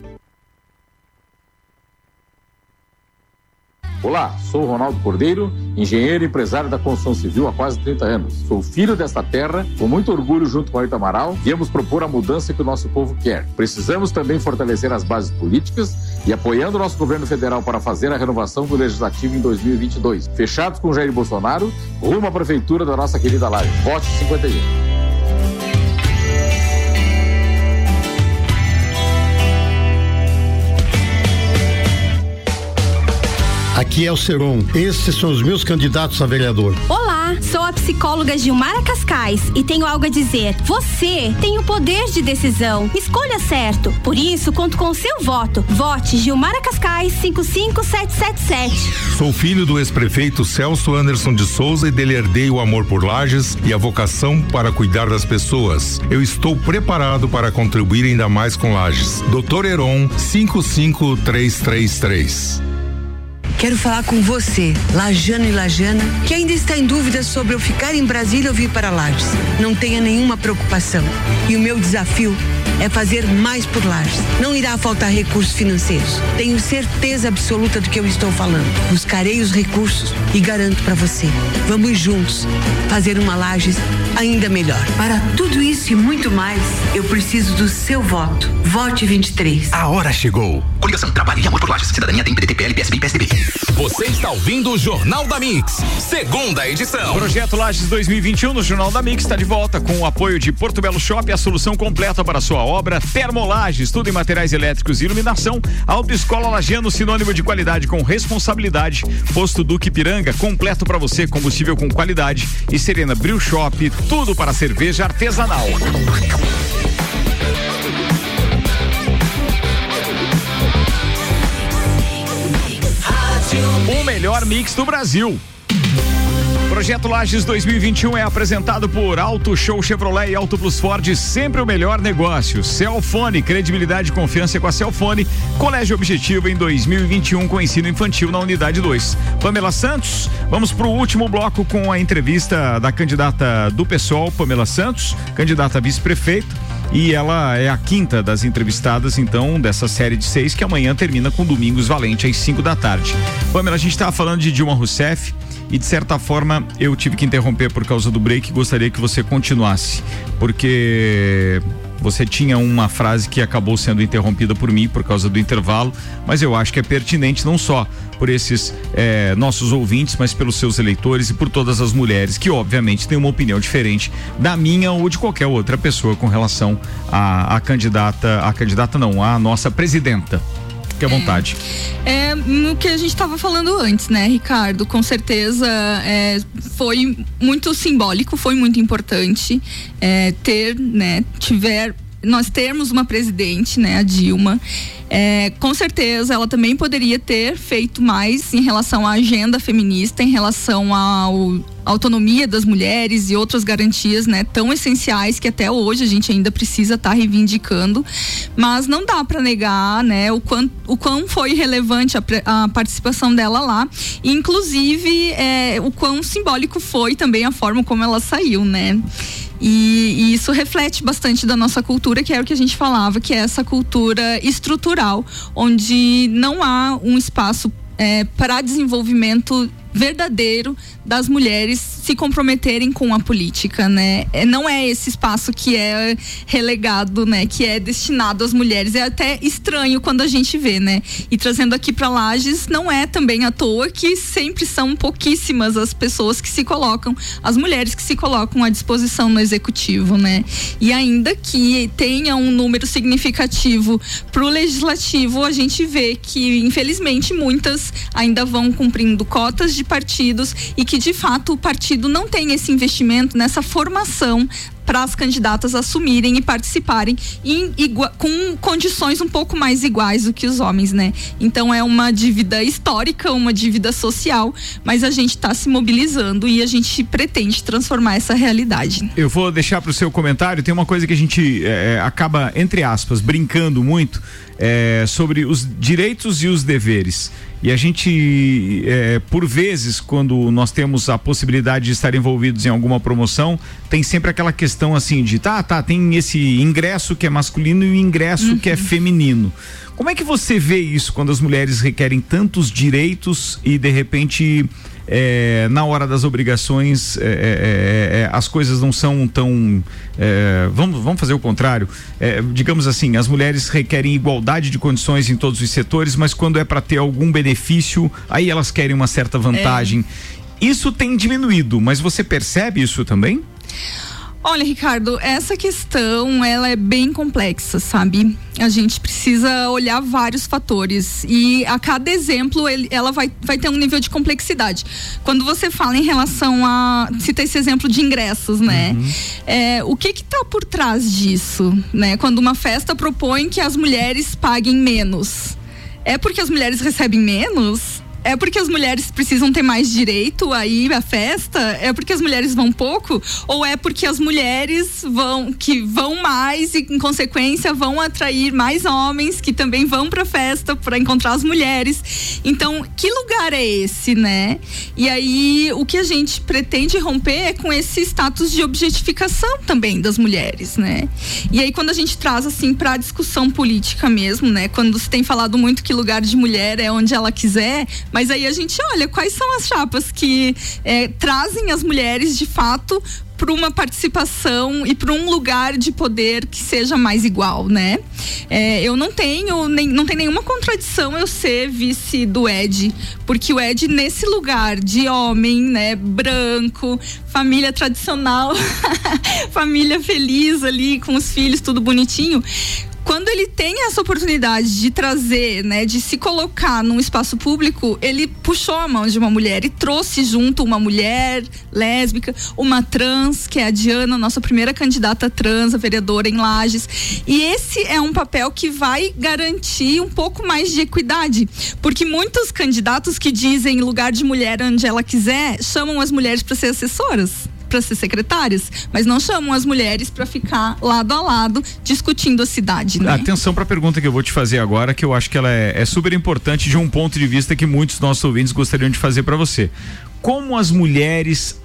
Olá, sou Ronaldo Cordeiro, engenheiro e empresário da construção civil há quase 30 anos. Sou filho desta terra, com muito orgulho junto com Ayrton Amaral, viemos propor a mudança que o nosso povo quer. Precisamos também fortalecer as bases políticas e apoiando o nosso governo federal para fazer a renovação do Legislativo em 2022. Fechados com Jair Bolsonaro, rumo à prefeitura da nossa querida Lages. Vote 51. aqui é o Seron. Esses são os meus candidatos a vereador. Olá, sou a psicóloga Gilmara Cascais e tenho algo a dizer. Você tem o poder de decisão. Escolha certo. Por isso, conto com o seu voto. Vote Gilmara Cascais 55777. Sou filho do ex-prefeito Celso Anderson de Souza e dele herdei o amor por Lages e a vocação para cuidar das pessoas. Eu estou preparado para contribuir ainda mais com Lages. Dr. Heron 55333. Quero falar com você, lajano e lajana, que ainda está em dúvida sobre eu ficar em Brasília ou vir para Lages. Não tenha nenhuma preocupação. E o meu desafio é fazer mais por Lages. Não irá faltar recursos financeiros. Tenho certeza absoluta do que eu estou falando. Buscarei os recursos e garanto para você. Vamos juntos fazer uma Lages ainda melhor. Para tudo isso e muito mais, eu preciso do seu voto. Vote 23. A hora chegou. Coligação Trabalho e Amor por Lages. Cidadania tem PDT, PL, PSB e PSDB. Você está ouvindo o Jornal da Mix, segunda edição. Projeto Lages 2021 no Jornal da Mix está de volta com o apoio de Porto Belo Shop, a solução completa para a sua obra. Termolages, tudo em materiais elétricos e iluminação. Autoescola Lagiano, sinônimo de qualidade com responsabilidade. Posto Duque Ipiranga, completo para você, combustível com qualidade. E Serena Brew Shop, tudo para cerveja artesanal. O melhor mix do Brasil. Projeto Lages 2021 é apresentado por Auto Show Chevrolet e Auto Plus Ford, sempre o melhor negócio. Celfone, credibilidade e confiança com a Celfone. Colégio Objetivo em 2021 com ensino infantil na unidade 2. Pamela Santos, vamos pro último bloco com a entrevista da candidata do PSOL, Pamela Santos, candidata a vice-prefeito. E ela é a quinta das entrevistadas, então, dessa série de 6, que amanhã termina com Domingos Valente, às 5 da tarde. Pamela, a gente estava falando de Dilma Rousseff e, de certa forma, eu tive que interromper por causa do break e gostaria que você continuasse, porque você tinha uma frase que acabou sendo interrompida por mim por causa do intervalo, mas eu acho que é pertinente não só por esses nossos ouvintes, mas pelos seus eleitores e por todas as mulheres que obviamente têm uma opinião diferente da minha ou de qualquer outra pessoa com relação à nossa presidenta. Fique à vontade. No que a gente estava falando antes, né, Ricardo? Com certeza foi muito simbólico, foi muito importante nós termos uma presidente, né, a Dilma. Com certeza ela também poderia ter feito mais em relação à agenda feminista, em relação à autonomia das mulheres e outras garantias, né, tão essenciais que até hoje a gente ainda precisa estar reivindicando, mas não dá para negar, né, o quão foi relevante a participação dela lá, e inclusive o quão simbólico foi também a forma como ela saiu, né? E isso reflete bastante da nossa cultura, que é o que a gente falava, que é essa cultura estrutural, onde não há um espaço para desenvolvimento verdadeiro das mulheres se comprometerem com a política, né? Não é esse espaço que é relegado, né? Que é destinado às mulheres. É até estranho quando a gente vê, né? E trazendo aqui para Lages, não é também à toa que sempre são pouquíssimas as pessoas que se colocam, as mulheres que se colocam à disposição no executivo, né? E ainda que tenha um número significativo pro legislativo, a gente vê que infelizmente muitas ainda vão cumprindo cotas de partidos e que de fato o partido não tem esse investimento nessa formação para as candidatas assumirem e participarem com condições um pouco mais iguais do que os homens, né? Então é uma dívida histórica, uma dívida social, mas a gente está se mobilizando e a gente pretende transformar essa realidade. Eu vou deixar para o seu comentário, tem uma coisa que a gente acaba, entre aspas, brincando muito sobre os direitos e os deveres. E a gente, por vezes, quando nós temos a possibilidade de estar envolvidos em alguma promoção, tem sempre aquela questão assim de, tem esse ingresso que é masculino e o ingresso que é feminino. Como é que você vê isso quando as mulheres requerem tantos direitos e, de repente, na hora das obrigações, as coisas não são tão... vamos fazer o contrário. Digamos assim, as mulheres requerem igualdade de condições em todos os setores, mas quando é para ter algum benefício, aí elas querem uma certa vantagem. Isso tem diminuído, mas você percebe isso também? Olha, Ricardo, essa questão, ela é bem complexa, sabe? A gente precisa olhar vários fatores e a cada exemplo ela vai ter um nível de complexidade. Quando você fala em relação a, cita esse exemplo de ingressos, né? O que tá por trás disso, né? Quando uma festa propõe que as mulheres paguem menos, é porque as mulheres recebem menos? É porque as mulheres precisam ter mais direito a ir à festa? É porque as mulheres vão pouco? Ou é porque as mulheres vão mais e, em consequência, vão atrair mais homens que também vão pra festa para encontrar as mulheres? Então, que lugar é esse, né? E aí, o que a gente pretende romper é com esse status de objetificação também das mulheres, né? E aí, quando a gente traz, assim, pra discussão política mesmo, né? Quando se tem falado muito que lugar de mulher é onde ela quiser, mas aí a gente olha quais são as chapas que trazem as mulheres de fato para uma participação e para um lugar de poder que seja mais igual, né? Eu não tem nenhuma contradição eu ser vice do Ed, porque o Ed nesse lugar de homem, né, branco, família tradicional, família feliz ali com os filhos, tudo bonitinho. Quando ele tem essa oportunidade de trazer, né, de se colocar num espaço público, ele puxou a mão de uma mulher e trouxe junto uma mulher lésbica, uma trans, que é a Diana, nossa primeira candidata trans, a vereadora em Lages. E esse é um papel que vai garantir um pouco mais de equidade, porque muitos candidatos que dizem lugar de mulher onde ela quiser, chamam as mulheres para ser assessoras, para ser secretárias, mas não chamam as mulheres para ficar lado a lado discutindo a cidade, né? Atenção para a pergunta que eu vou te fazer agora, que eu acho que ela é super importante de um ponto de vista que muitos nossos ouvintes gostariam de fazer para você. Como as mulheres,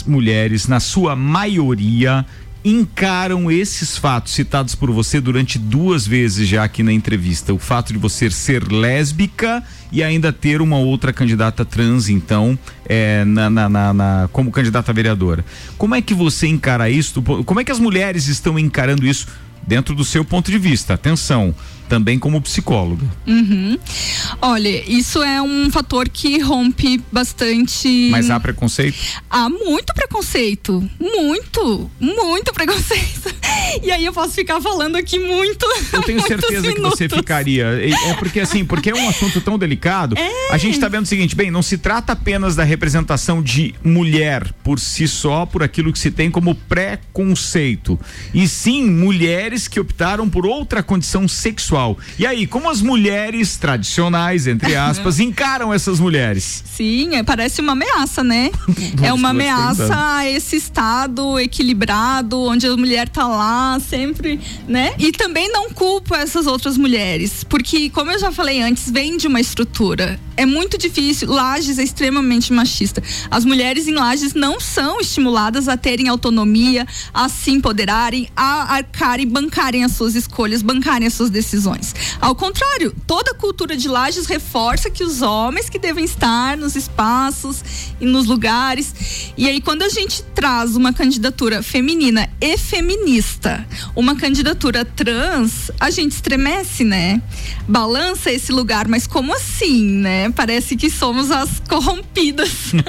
na sua maioria, encaram esses fatos citados por você durante 2 vezes já aqui na entrevista? O fato de você ser lésbica e ainda ter uma outra candidata trans, então, como candidata a vereadora. Como é que você encara isso? Como é que as mulheres estão encarando isso dentro do seu ponto de vista? Atenção, também como psicóloga. Olha, isso é um fator que rompe bastante. Mas há preconceito? Há muito preconceito. Muito preconceito. E aí eu posso ficar falando aqui muito. Eu tenho certeza que você ficaria. Porque é um assunto tão delicado. A gente tá vendo o seguinte, não se trata apenas da representação de mulher por si só, por aquilo que se tem como preconceito. E sim, mulheres que optaram por outra condição sexual. E aí, como as mulheres tradicionais, entre aspas, encaram essas mulheres? Sim, parece uma ameaça, né? É uma ameaça a esse estado equilibrado, onde a mulher tá lá sempre, né? E também não culpo essas outras mulheres, porque, como eu já falei antes, vem de uma estrutura. É muito difícil. Lages é extremamente machista. As mulheres em Lages não são estimuladas a terem autonomia, a se empoderarem, a arcarem, bancarem as suas escolhas, bancarem as suas decisões. Ao contrário, toda a cultura de Lages reforça que os homens que devem estar nos espaços e nos lugares. E aí, quando a gente traz uma candidatura feminina e feminista, uma candidatura trans, a gente estremece, né? Balança esse lugar, mas como assim, né? Parece que somos as corrompidas.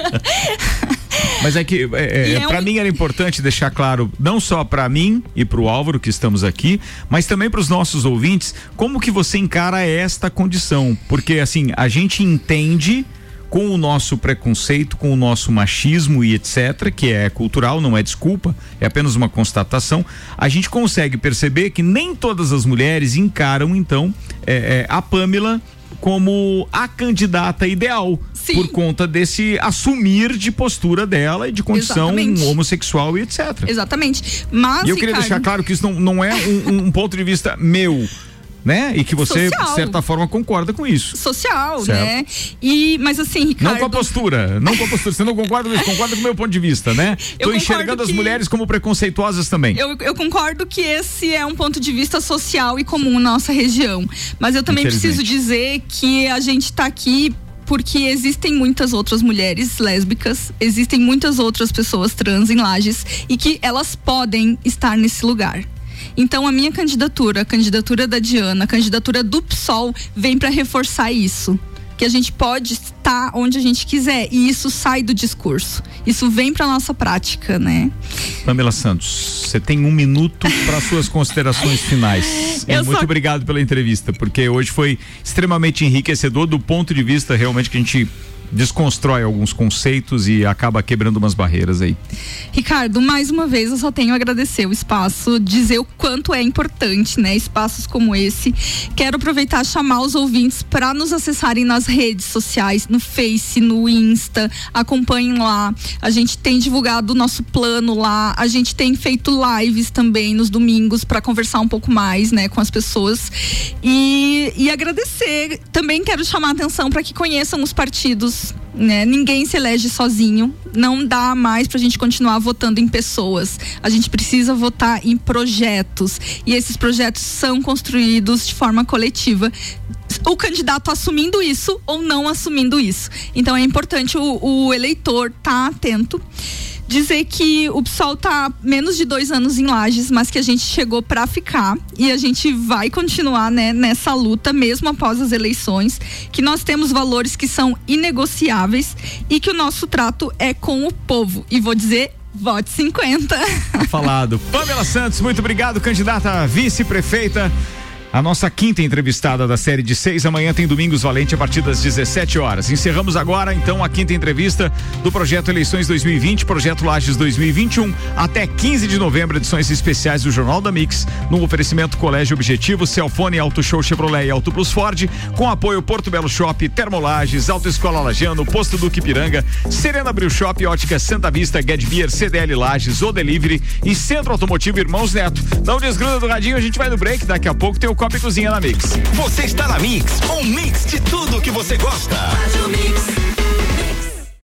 Mas é que para mim era importante deixar claro, não só para mim e para o Álvaro que estamos aqui, mas também para os nossos ouvintes, como que você encara esta condição, porque assim, a gente entende com o nosso preconceito, com o nosso machismo e etc, que é cultural, não é desculpa, é apenas uma constatação, a gente consegue perceber que nem todas as mulheres encaram então a Pamela como a candidata ideal. Sim. Por conta desse assumir de postura dela e de condição homossexual e etc. Exatamente. Mas, e eu queria deixar claro que isso não é um ponto de vista meu, né? E que você, social, de certa forma, concorda com isso. Social, certo, né? Mas assim, Ricardo... Não com a postura. Você não concorda com isso, concorda com o meu ponto de vista, né? Tô enxergando as mulheres como preconceituosas também. Eu concordo que esse é um ponto de vista social e comum na nossa região. Mas eu também preciso dizer que a gente tá aqui porque existem muitas outras mulheres lésbicas, existem muitas outras pessoas trans em Lages e que elas podem estar nesse lugar. Então a minha candidatura, a candidatura da Diana, a candidatura do PSOL vem para reforçar isso, que a gente pode estar onde a gente quiser, e isso sai do discurso, isso vem para nossa prática, né? Pamela Santos, você tem 1 minuto para suas considerações finais. Muito obrigado pela entrevista, porque hoje foi extremamente enriquecedor do ponto de vista realmente que a gente desconstrói alguns conceitos e acaba quebrando umas barreiras aí. Ricardo, mais uma vez eu só tenho a agradecer o espaço, dizer o quanto é importante, né? Espaços como esse. Quero aproveitar e chamar os ouvintes para nos acessarem nas redes sociais, no Face, no Insta, acompanhem lá. A gente tem divulgado o nosso plano lá, a gente tem feito lives também nos domingos para conversar um pouco mais, né, com as pessoas e agradecer. Também quero chamar a atenção para que conheçam os partidos, né? Ninguém se elege sozinho, não dá mais pra gente continuar votando em pessoas, a gente precisa votar em projetos, e esses projetos são construídos de forma coletiva, o candidato assumindo isso ou não assumindo isso. Então é importante o eleitor tá atento. Dizer que o PSOL tá menos de 2 anos em Lages, mas que a gente chegou para ficar e a gente vai continuar, né, nessa luta mesmo após as eleições, que nós temos valores que são inegociáveis e que o nosso trato é com o povo. E vou dizer, vote 50. Tá falado. Pamela Santos, muito obrigado, candidata a vice-prefeita. A nossa 5ª entrevistada da série de 6. Amanhã tem Domingos Valente a partir das 17 horas. Encerramos agora, então, a 5ª entrevista do Projeto Eleições 2020, Projeto Lages 2021, até 15 de novembro, edições especiais do Jornal da Mix, no oferecimento Colégio Objetivo, Celfone, Auto Show Chevrolet e Auto Plus Ford, com apoio Porto Belo Shop, Termolages, Autoescola Lagiano, Posto Duque Ipiranga, Serena Bril Shop, Ótica Santa Vista, Get Beer, CDL Lages, O Delivery e Centro Automotivo Irmãos Neto. Não desgruda do radinho, a gente vai no break, daqui a pouco tem o Copa e Cozinha na Mix. Você está na Mix, um mix de tudo que você gosta. Faz o mix.